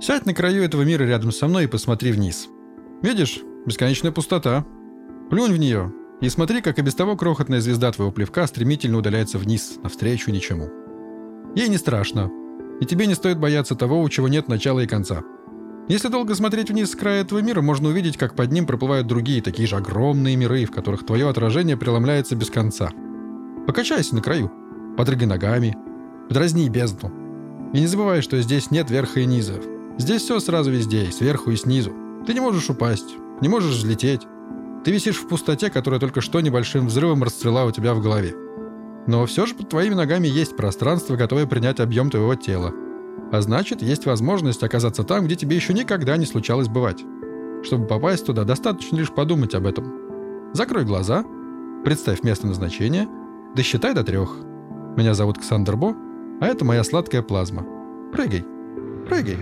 Сядь на краю этого мира рядом со мной и посмотри вниз. Видишь? Бесконечная пустота. Плюнь в нее и смотри, как и без того крохотная звезда твоего плевка стремительно удаляется вниз, навстречу ничему. Ей не страшно, и тебе не стоит бояться того, у чего нет начала и конца. Если долго смотреть вниз с края этого мира, можно увидеть, как под ним проплывают другие, такие же огромные миры, в которых твое отражение преломляется без конца. Покачайся на краю, подрыгай ногами, подразни бездну. И не забывай, что здесь нет верха и низа. Здесь все сразу везде, и сверху, и снизу. Ты не можешь упасть, не можешь взлететь. Ты висишь в пустоте, которая только что небольшим взрывом расцвела у тебя в голове. Но все же под твоими ногами есть пространство, готовое принять объем твоего тела. А значит, есть возможность оказаться там, где тебе еще никогда не случалось бывать. Чтобы попасть туда, достаточно лишь подумать об этом. Закрой глаза, представь место назначения, досчитай до 3. Меня зовут Ксандер Бо, а это моя сладкая плазма. Прыгай, прыгай.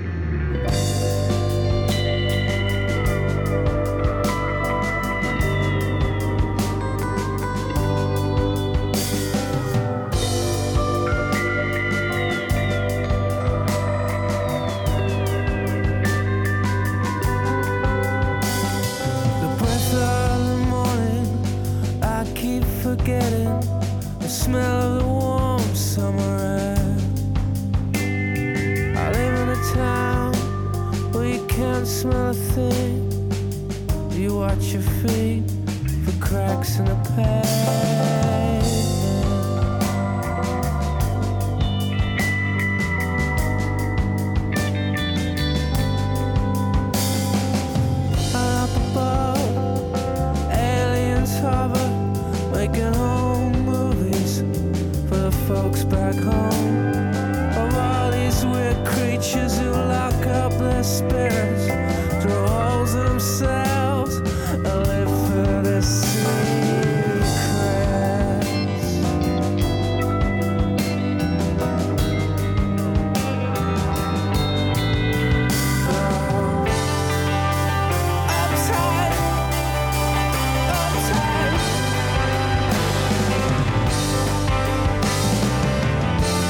Forgetting the smell of the warm summer air. I live in a town where you can't smell a thing. You watch your feet for cracks in the pavement. Up above, aliens hover, making home movies for the folks back home. Of all these weird creatures who lock up their spirits, draw holes in themselves, and live for their secrets. Uptight, uptight.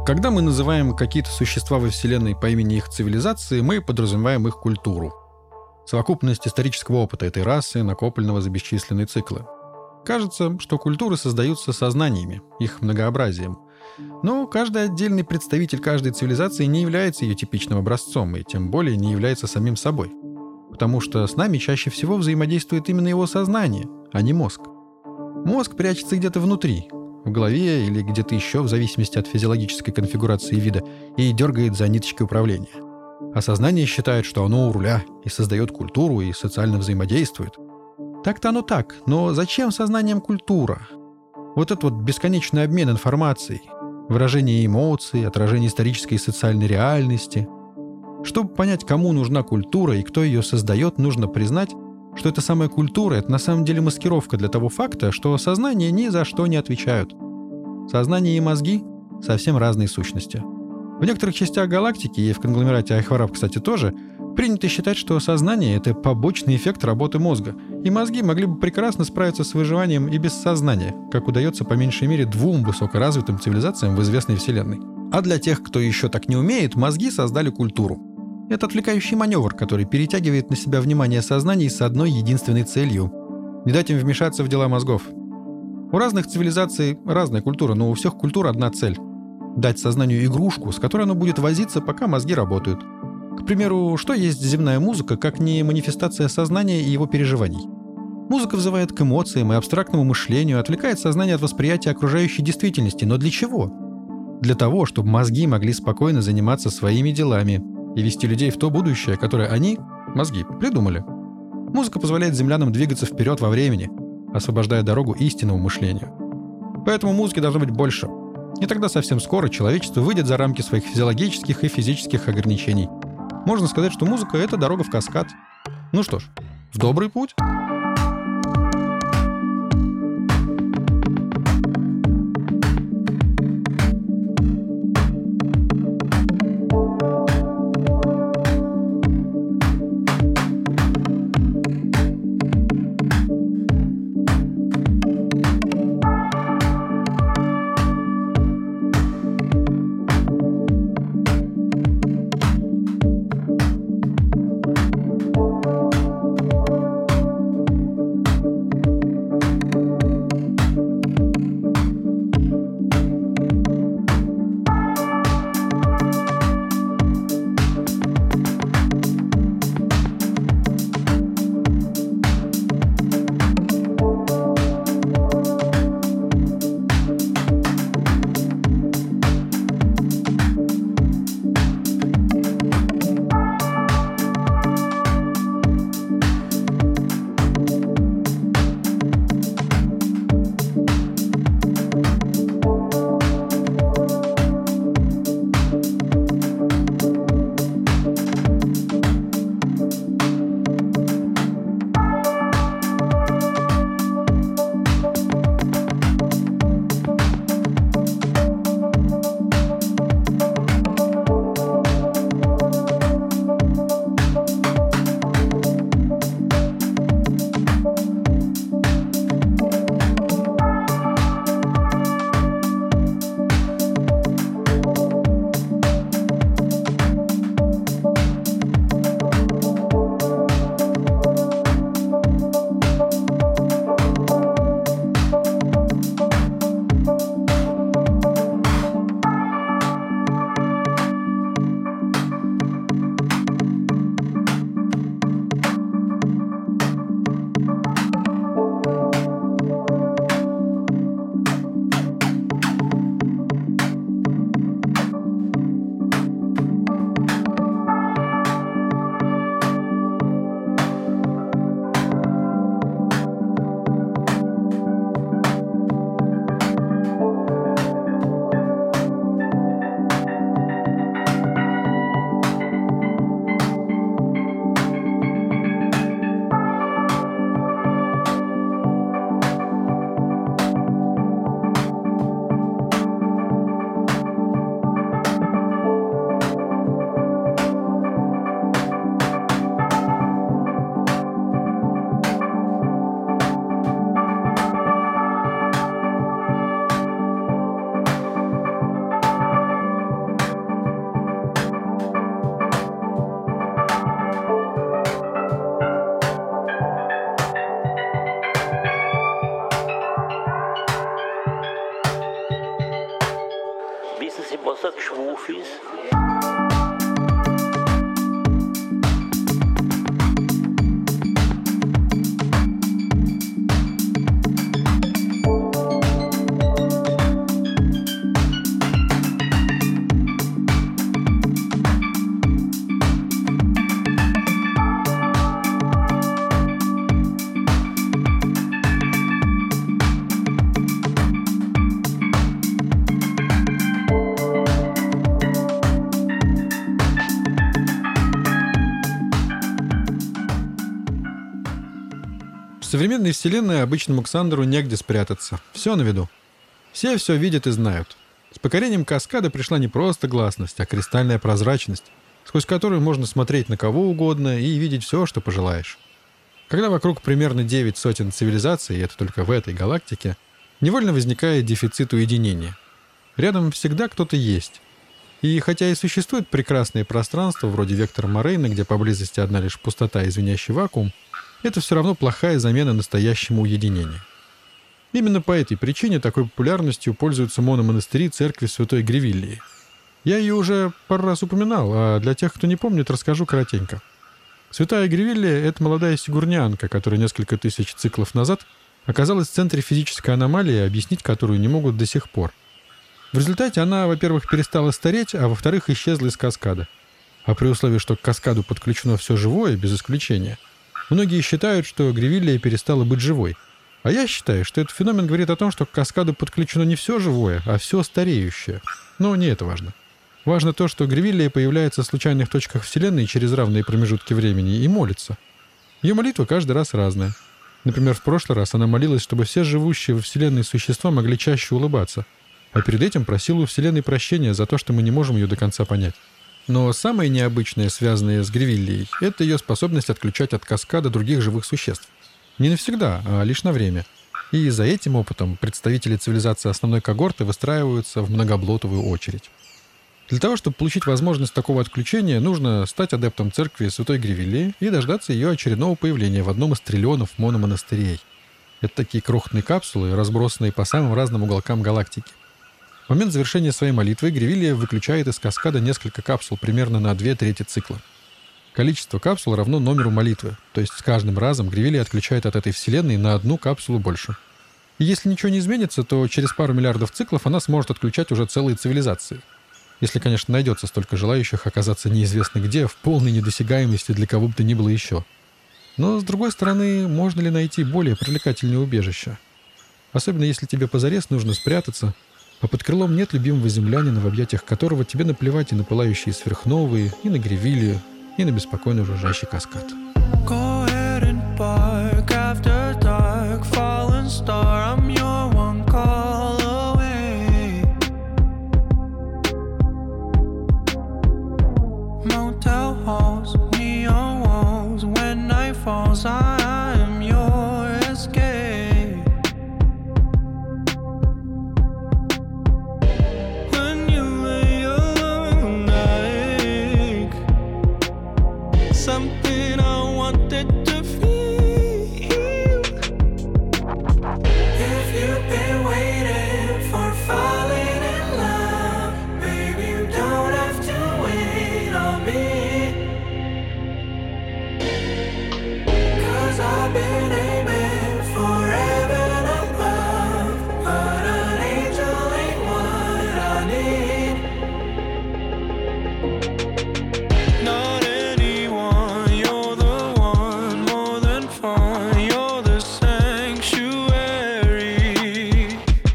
Когда мы называем какие-то существа во Вселенной по имени их цивилизации, мы подразумеваем их культуру. Совокупность исторического опыта этой расы, накопленного за бесчисленные циклы. Кажется, что культуры создаются сознаниями, их многообразием. Но каждый отдельный представитель каждой цивилизации не является ее типичным образцом, и тем более не является самим собой. Потому что с нами чаще всего взаимодействует именно его сознание, а не мозг. Мозг прячется где-то внутри, в голове или где-то еще, в зависимости от физиологической конфигурации вида, и дергает за ниточки управления. А сознание считает, что оно у руля, и создает культуру, и социально взаимодействует. Так-то оно так, но зачем сознанием культура? Вот этот вот бесконечный обмен информацией, выражение эмоций, отражение исторической и социальной реальности. Чтобы понять, кому нужна культура и кто ее создает, нужно признать, что эта самая культура — это на самом деле маскировка для того факта, что сознание ни за что не отвечают. Сознание и мозги — совсем разные сущности. В некоторых частях галактики, и в конгломерате Айхвараб, кстати, тоже, принято считать, что сознание — это побочный эффект работы мозга, и мозги могли бы прекрасно справиться с выживанием и без сознания, как удается по меньшей мере 2 высокоразвитым цивилизациям в известной Вселенной. А для тех, кто еще так не умеет, мозги создали культуру. Это отвлекающий маневр, который перетягивает на себя внимание сознаний с одной единственной целью — не дать им вмешаться в дела мозгов. У разных цивилизаций разная культура, но у всех культур одна цель — дать сознанию игрушку, с которой оно будет возиться, пока мозги работают. К примеру, что есть земная музыка, как не манифестация сознания и его переживаний? Музыка взывает к эмоциям и абстрактному мышлению, отвлекает сознание от восприятия окружающей действительности. Но для чего? Для того, чтобы мозги могли спокойно заниматься своими делами и вести людей в то будущее, которое они, мозги, придумали. Музыка позволяет землянам двигаться вперед во времени, освобождая дорогу истинному мышлению. Поэтому музыки должно быть больше. И тогда совсем скоро человечество выйдет за рамки своих физиологических и физических ограничений. Можно сказать, что музыка — это дорога в каскад. Ну что ж, в добрый путь! pour ça que je suis mon fils. В современной вселенной обычному Ксандеру негде спрятаться. Все на виду. Все видят и знают. С покорением каскада пришла не просто гласность, а кристальная прозрачность, сквозь которую можно смотреть на кого угодно и видеть все, что пожелаешь. Когда вокруг примерно 9 сотен цивилизаций, и это только в этой галактике, невольно возникает дефицит уединения. Рядом всегда кто-то есть. И хотя и существует прекрасное пространство, вроде вектора Морейна, где поблизости одна лишь пустота и звенящий вакуум, это все равно плохая замена настоящему уединению. Именно по этой причине такой популярностью пользуются мономонастыри церкви Святой Гривиллии. Я ее уже пару раз упоминал, а для тех, кто не помнит, расскажу коротенько. Святая Гривиллия — это молодая сигурнянка, которая несколько тысяч циклов назад оказалась в центре физической аномалии, объяснить которую не могут до сих пор. В результате она, во-первых, перестала стареть, а во-вторых, исчезла из каскада. А при условии, что к каскаду подключено все живое, без исключения, многие считают, что Гривиллия перестала быть живой. А я считаю, что этот феномен говорит о том, что к каскаду подключено не все живое, а все стареющее. Но не это важно. Важно то, что Гривиллия появляется в случайных точках Вселенной через равные промежутки времени и молится. Ее молитва каждый раз разная. Например, в прошлый раз она молилась, чтобы все живущие во Вселенной существа могли чаще улыбаться, а перед этим просила у Вселенной прощения за то, что мы не можем ее до конца понять. Но самое необычное, связанное с Гривиллией, это ее способность отключать от каскада других живых существ. Не навсегда, а лишь на время. И за этим опытом представители цивилизации основной когорты выстраиваются в многоблотовую очередь. Для того, чтобы получить возможность такого отключения, нужно стать адептом церкви Святой Гривиллии и дождаться ее очередного появления в одном из триллионов мономонастырей. Это такие крохотные капсулы, разбросанные по самым разным уголкам галактики. В момент завершения своей молитвы Гривиллия выключает из каскада несколько капсул примерно на 2/3 цикла. Количество капсул равно номеру молитвы, то есть с каждым разом Гривиллия отключает от этой вселенной на 1 капсулу больше. И если ничего не изменится, то через пару миллиардов циклов она сможет отключать уже целые цивилизации. Если, конечно, найдется столько желающих оказаться неизвестно где, в полной недосягаемости для кого бы то ни было еще. Но, с другой стороны, можно ли найти более привлекательное убежище? Особенно если тебе позарез нужно спрятаться, а под крылом нет любимого землянина, в объятиях которого тебе наплевать и на пылающие сверхновые, и на Гривиллию, и на беспокойно жужжащий каскад. Go ahead and bark after dark, fallen star, I'm your one call away. Motel halls, neon walls, when night falls, I am your escape. When you lay alone, I ache. Something I wanted to feel. If you've been waiting for falling in love, baby, you don't have to wait on me. 'Cause I've been aiming for heaven above, but an angel ain't what I need. Not anyone, you're the one, more than fun, you're the sanctuary.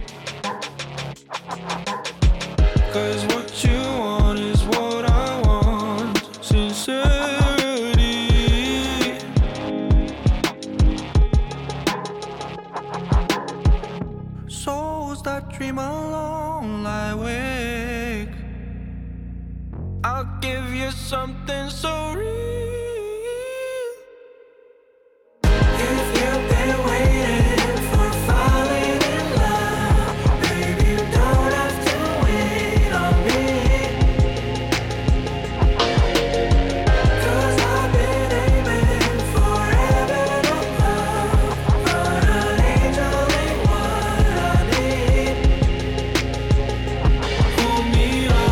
'Cause what you want is what I want, sincerity. Souls that dream alone lie awake. I'll give you something so real. If you've been waiting for falling in love, baby, you don't have to wait on me. 'Cause I've been aiming for heaven above, but an angel ain't what I need. Hold me up.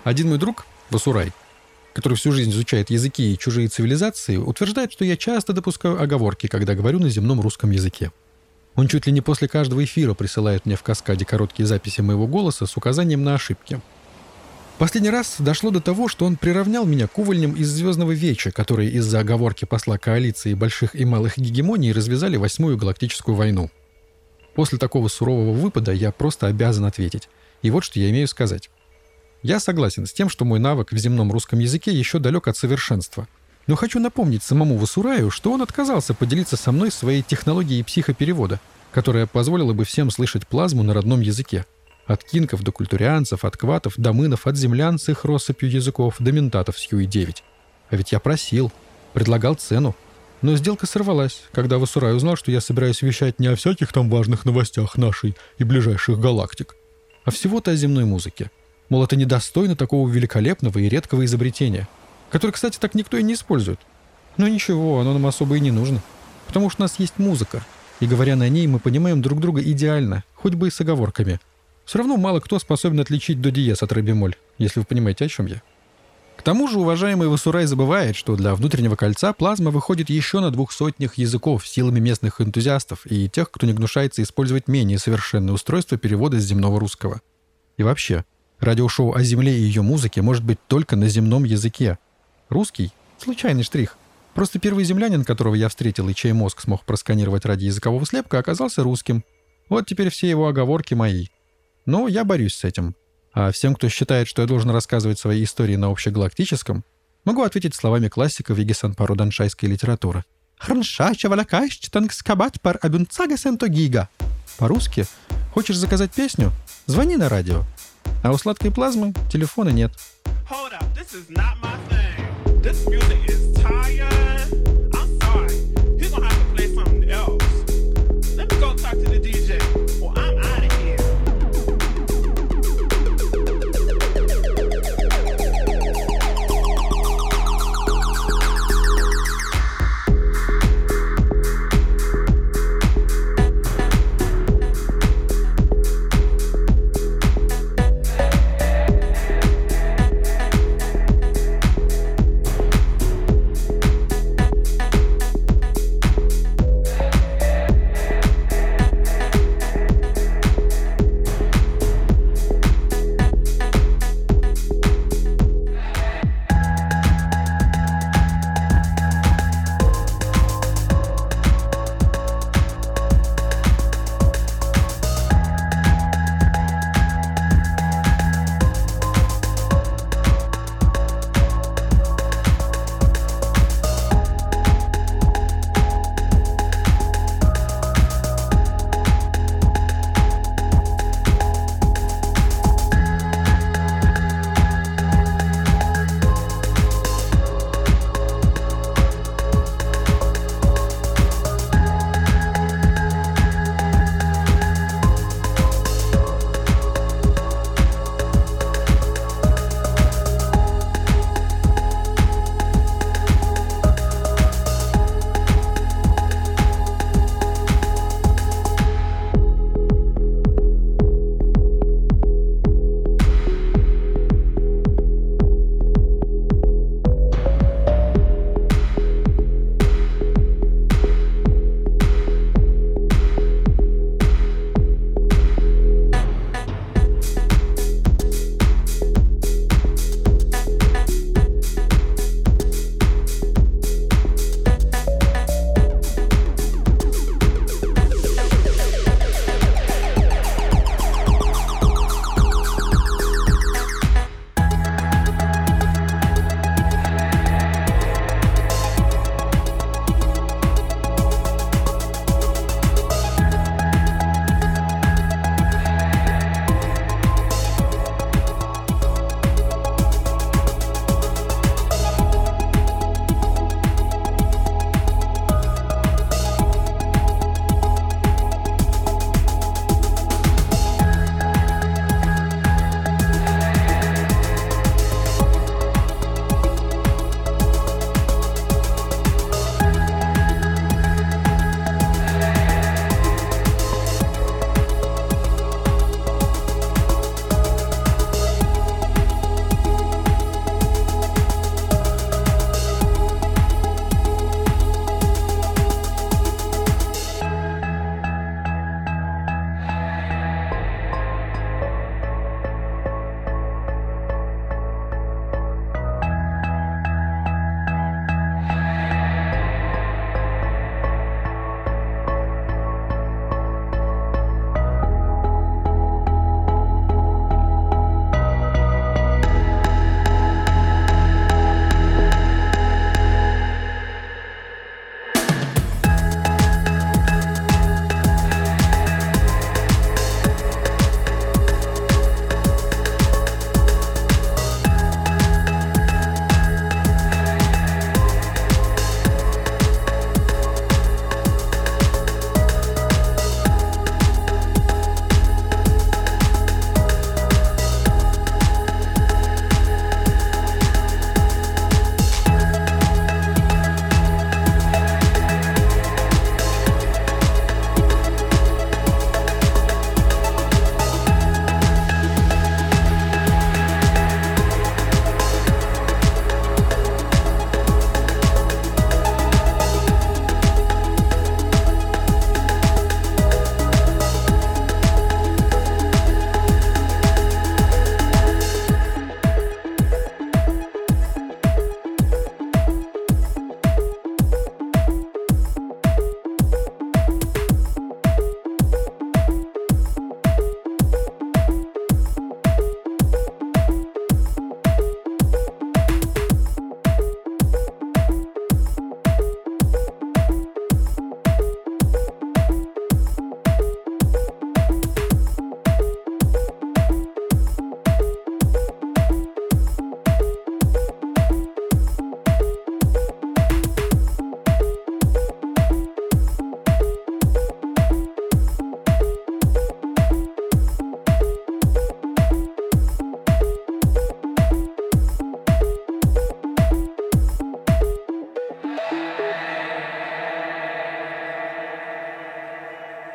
Один мой друг, Васурай, который всю жизнь изучает языки и чужие цивилизации, утверждает, что я часто допускаю оговорки, когда говорю на земном русском языке. Он чуть ли не после каждого эфира присылает мне в каскаде короткие записи моего голоса с указанием на ошибки. Последний раз дошло до того, что он приравнял меня к увольням из «Звездного веча», которые из-за оговорки посла коалиции больших и малых гегемоний развязали 8-ю галактическую войну. После такого сурового выпада я просто обязан ответить. И вот что я имею сказать. Я согласен с тем, что мой навык в земном русском языке еще далек от совершенства. Но хочу напомнить самому Васураю, что он отказался поделиться со мной своей технологией психоперевода, которая позволила бы всем слышать плазму на родном языке. От кинков до культурианцев, от кватов до мынов, от землян с их россыпью языков до ментатов с Юи-9. А ведь я просил, предлагал цену. Но сделка сорвалась, когда Васурай узнал, что я собираюсь вещать не о всяких там важных новостях нашей и ближайших галактик, а всего-то о земной музыке. Мол, это недостойно такого великолепного и редкого изобретения, которое, кстати, так никто и не использует. Но ничего, оно нам особо и не нужно, потому что у нас есть музыка, и говоря на ней, мы понимаем друг друга идеально, хоть бы и с оговорками. Все равно мало кто способен отличить до диез от ре бемоль, если вы понимаете, о чем я. К тому же уважаемый Васурай забывает, что для внутреннего кольца плазма выходит еще на 200 языков силами местных энтузиастов и тех, кто не гнушается использовать менее совершенные устройства перевода с земного русского. И вообще, радиошоу о Земле и ее музыке может быть только на земном языке. Русский — случайный штрих. Просто первый землянин, которого я встретил и чей мозг смог просканировать ради языкового слепка, оказался русским. Вот теперь все его оговорки мои. Но я борюсь с этим. А всем, кто считает, что я должен рассказывать свои истории на общегалактическом, могу ответить словами классика вегесан-пароданшайской литературы. По-русски, хочешь заказать песню? Звони на радио. А у сладкой плазмы телефона нет.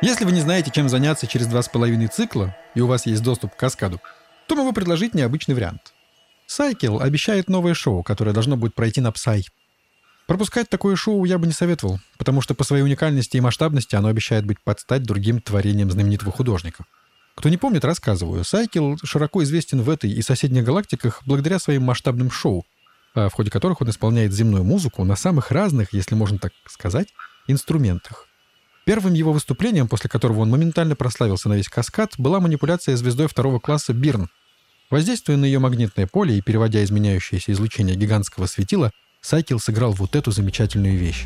Если вы не знаете, чем заняться через 2,5 цикла, и у вас есть доступ к каскаду, то могу предложить необычный вариант. Cycle обещает новое шоу, которое должно будет пройти на Psy. Пропускать такое шоу я бы не советовал, потому что по своей уникальности и масштабности оно обещает быть под стать другим творением знаменитого художника. Кто не помнит, рассказываю. Cycle широко известен в этой и соседних галактиках благодаря своим масштабным шоу, в ходе которых он исполняет земную музыку на самых разных, если можно так сказать, инструментах. Первым его выступлением, после которого он моментально прославился на весь каскад, была манипуляция звездой 2 класса Бирн. Воздействуя на ее магнитное поле и переводя изменяющееся излучение гигантского светила, Cycle сыграл вот эту замечательную вещь.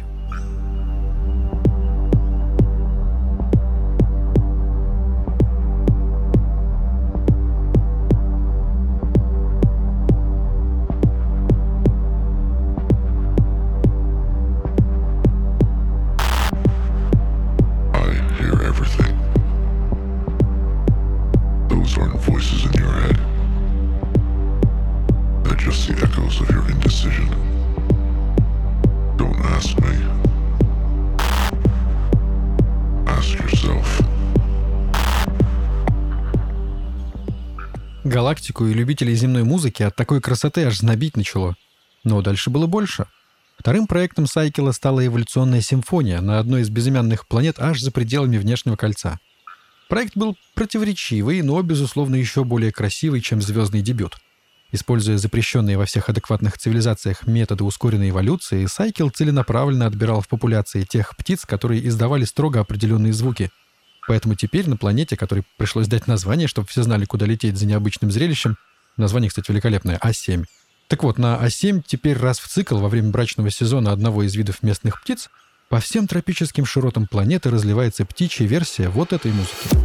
Галактику и любителей земной музыки от такой красоты аж знобить начало. Но дальше было больше. Вторым проектом Cycle стала эволюционная симфония на одной из безымянных планет аж за пределами внешнего кольца. Проект был противоречивый, но, безусловно, еще более красивый, чем звездный дебют. Используя запрещенные во всех адекватных цивилизациях методы ускоренной эволюции, Cycle целенаправленно отбирал в популяции тех птиц, которые издавали строго определенные звуки. Поэтому теперь на планете, которой пришлось дать название, чтобы все знали, куда лететь за необычным зрелищем, название, кстати, великолепное, А7. Так вот, на А7 теперь раз в цикл во время брачного сезона одного из видов местных птиц по всем тропическим широтам планеты разливается птичья версия вот этой музыки.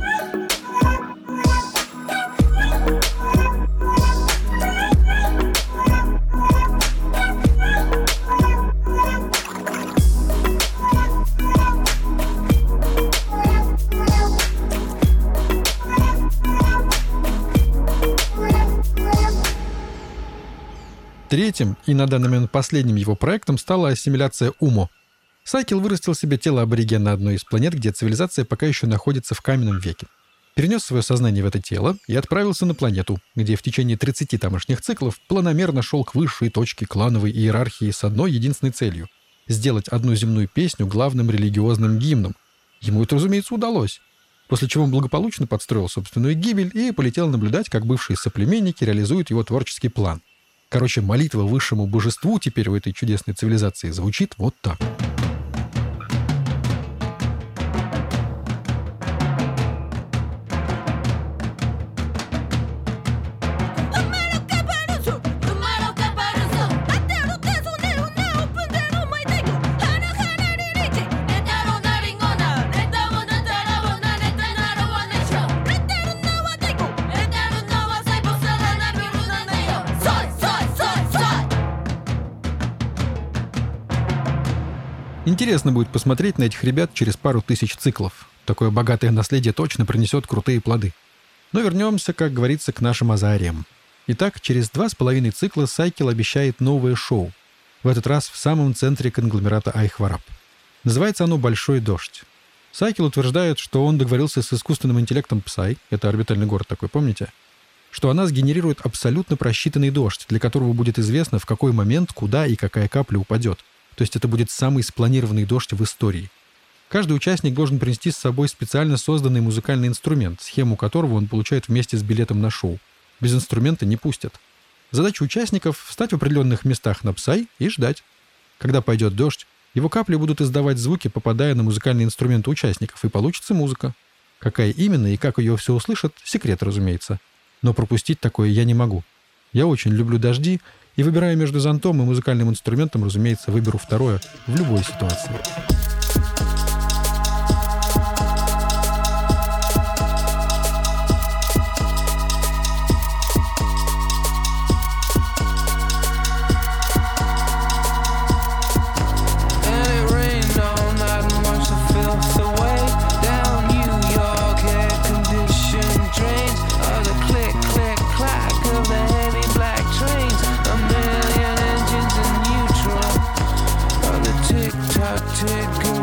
Третьим и на данный момент последним его проектом стала ассимиляция Умо. Cycle вырастил себе тело аборигена одной из планет, где цивилизация пока еще находится в каменном веке. Перенес свое сознание в это тело и отправился на планету, где в течение 30 тамошних циклов планомерно шел к высшей точке клановой иерархии с одной единственной целью — сделать одну земную песню главным религиозным гимном. Ему это, разумеется, удалось. После чего он благополучно подстроил собственную гибель и полетел наблюдать, как бывшие соплеменники реализуют его творческий план. Короче, молитва высшему божеству теперь у этой чудесной цивилизации звучит вот так. Интересно будет посмотреть на этих ребят через пару тысяч циклов. Такое богатое наследие точно принесет крутые плоды. Но вернемся, как говорится, к нашим азариям. Итак, через 2,5 цикла Cycle обещает новое шоу. В этот раз в самом центре конгломерата Айхвараб. Называется оно «Большой дождь». Cycle утверждает, что он договорился с искусственным интеллектом Psy, это орбитальный город такой, помните? Что она сгенерирует абсолютно просчитанный дождь, для которого будет известно, в какой момент, куда и какая капля упадет. То есть это будет самый спланированный дождь в истории. Каждый участник должен принести с собой специально созданный музыкальный инструмент, схему которого он получает вместе с билетом на шоу. Без инструмента не пустят. Задача участников — встать в определенных местах на Psy и ждать. Когда пойдет дождь, его капли будут издавать звуки, попадая на музыкальные инструменты участников, и получится музыка. Какая именно и как ее все услышат — секрет, разумеется. Но пропустить такое я не могу. Я очень люблю дожди, и, выбирая между зонтом и музыкальным инструментом, разумеется, выберу второе в любой ситуации. Tick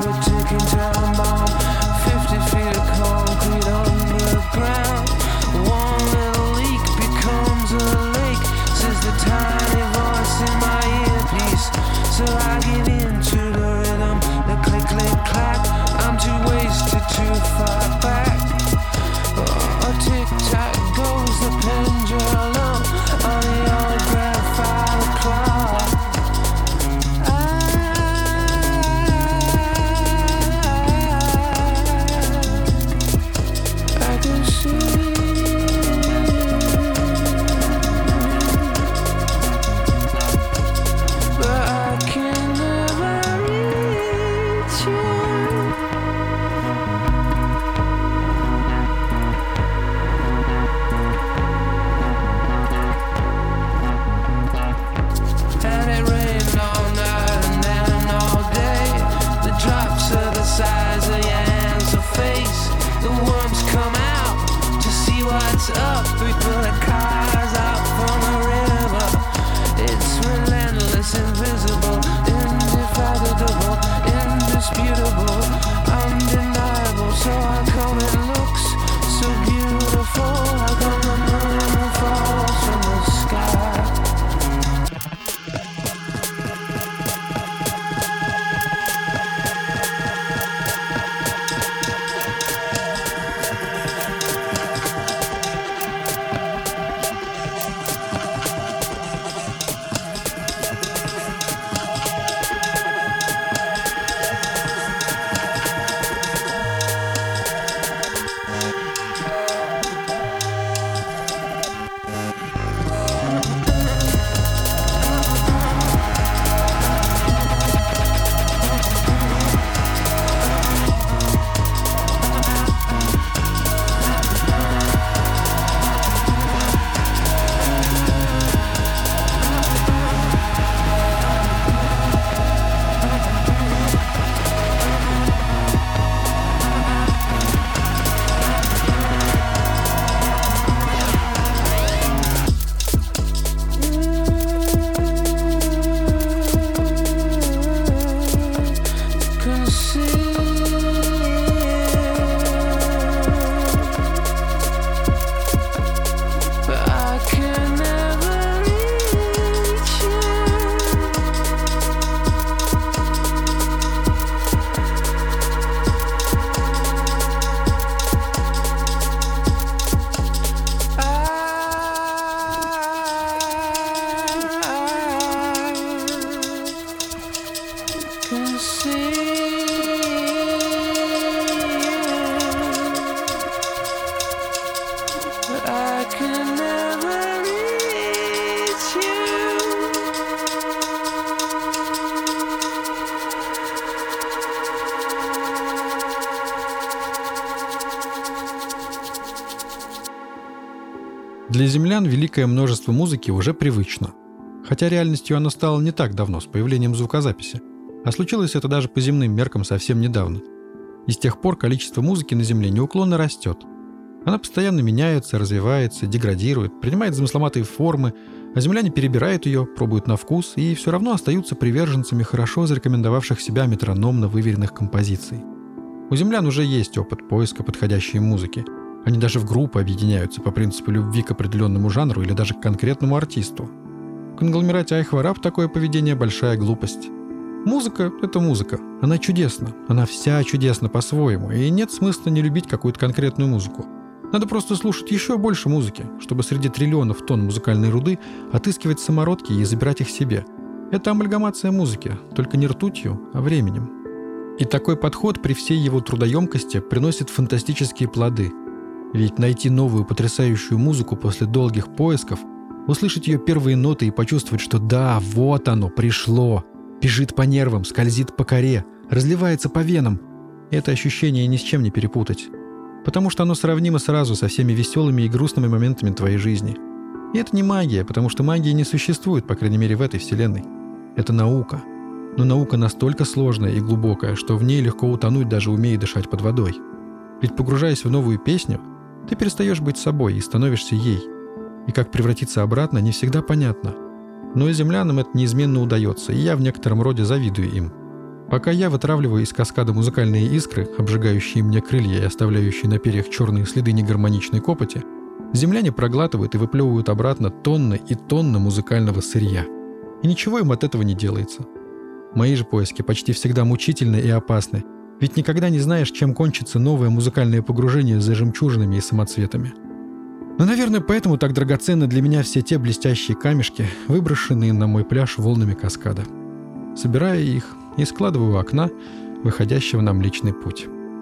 Для землян великое множество музыки уже привычно. Хотя реальностью оно стало не так давно, с появлением звукозаписи. А случилось это даже по земным меркам совсем недавно. И с тех пор количество музыки на Земле неуклонно растет. Она постоянно меняется, развивается, деградирует, принимает замысловатые формы, а земляне перебирают ее, пробуют на вкус и все равно остаются приверженцами хорошо зарекомендовавших себя метрономно выверенных композиций. У землян уже есть опыт поиска подходящей музыки. Они даже в группы объединяются по принципу любви к определенному жанру или даже к конкретному артисту. В конгломерате Айхвараб такое поведение – большая глупость. Музыка – это музыка. Она чудесна. Она вся чудесна по-своему. И нет смысла не любить какую-то конкретную музыку. Надо просто слушать еще больше музыки, чтобы среди триллионов тонн музыкальной руды отыскивать самородки и забирать их себе. Это амальгамация музыки, только не ртутью, а временем. И такой подход при всей его трудоемкости приносит фантастические плоды. Ведь найти новую потрясающую музыку после долгих поисков, услышать ее первые ноты и почувствовать, что да, вот оно, пришло, бежит по нервам, скользит по коре, разливается по венам. Это ощущение ни с чем не перепутать. Потому что оно сравнимо сразу со всеми веселыми и грустными моментами твоей жизни. И это не магия, потому что магии не существует, по крайней мере, в этой вселенной. Это наука. Но наука настолько сложная и глубокая, что в ней легко утонуть, даже умея дышать под водой. Ведь погружаясь в новую песню, ты перестаешь быть собой и становишься ей. И как превратиться обратно, не всегда понятно. Но и землянам это неизменно удается, и я в некотором роде завидую им. Пока я вытравливаю из каскада музыкальные искры, обжигающие мне крылья и оставляющие на перьях черные следы негармоничной копоти, земляне проглатывают и выплевывают обратно тонны и тонны музыкального сырья. И ничего им от этого не делается. Мои же поиски почти всегда мучительны и опасны, ведь никогда не знаешь, чем кончится новое музыкальное погружение за жемчужинами и самоцветами. Но, наверное, поэтому так драгоценны для меня все те блестящие камешки, выброшенные на мой пляж волнами каскада. Собирая их и складываю у окна, выходящего на Млечный Путь.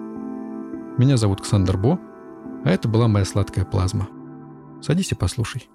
Меня зовут Ксандер Бо, а это была моя сладкая плазма. Садись и послушай.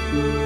Thank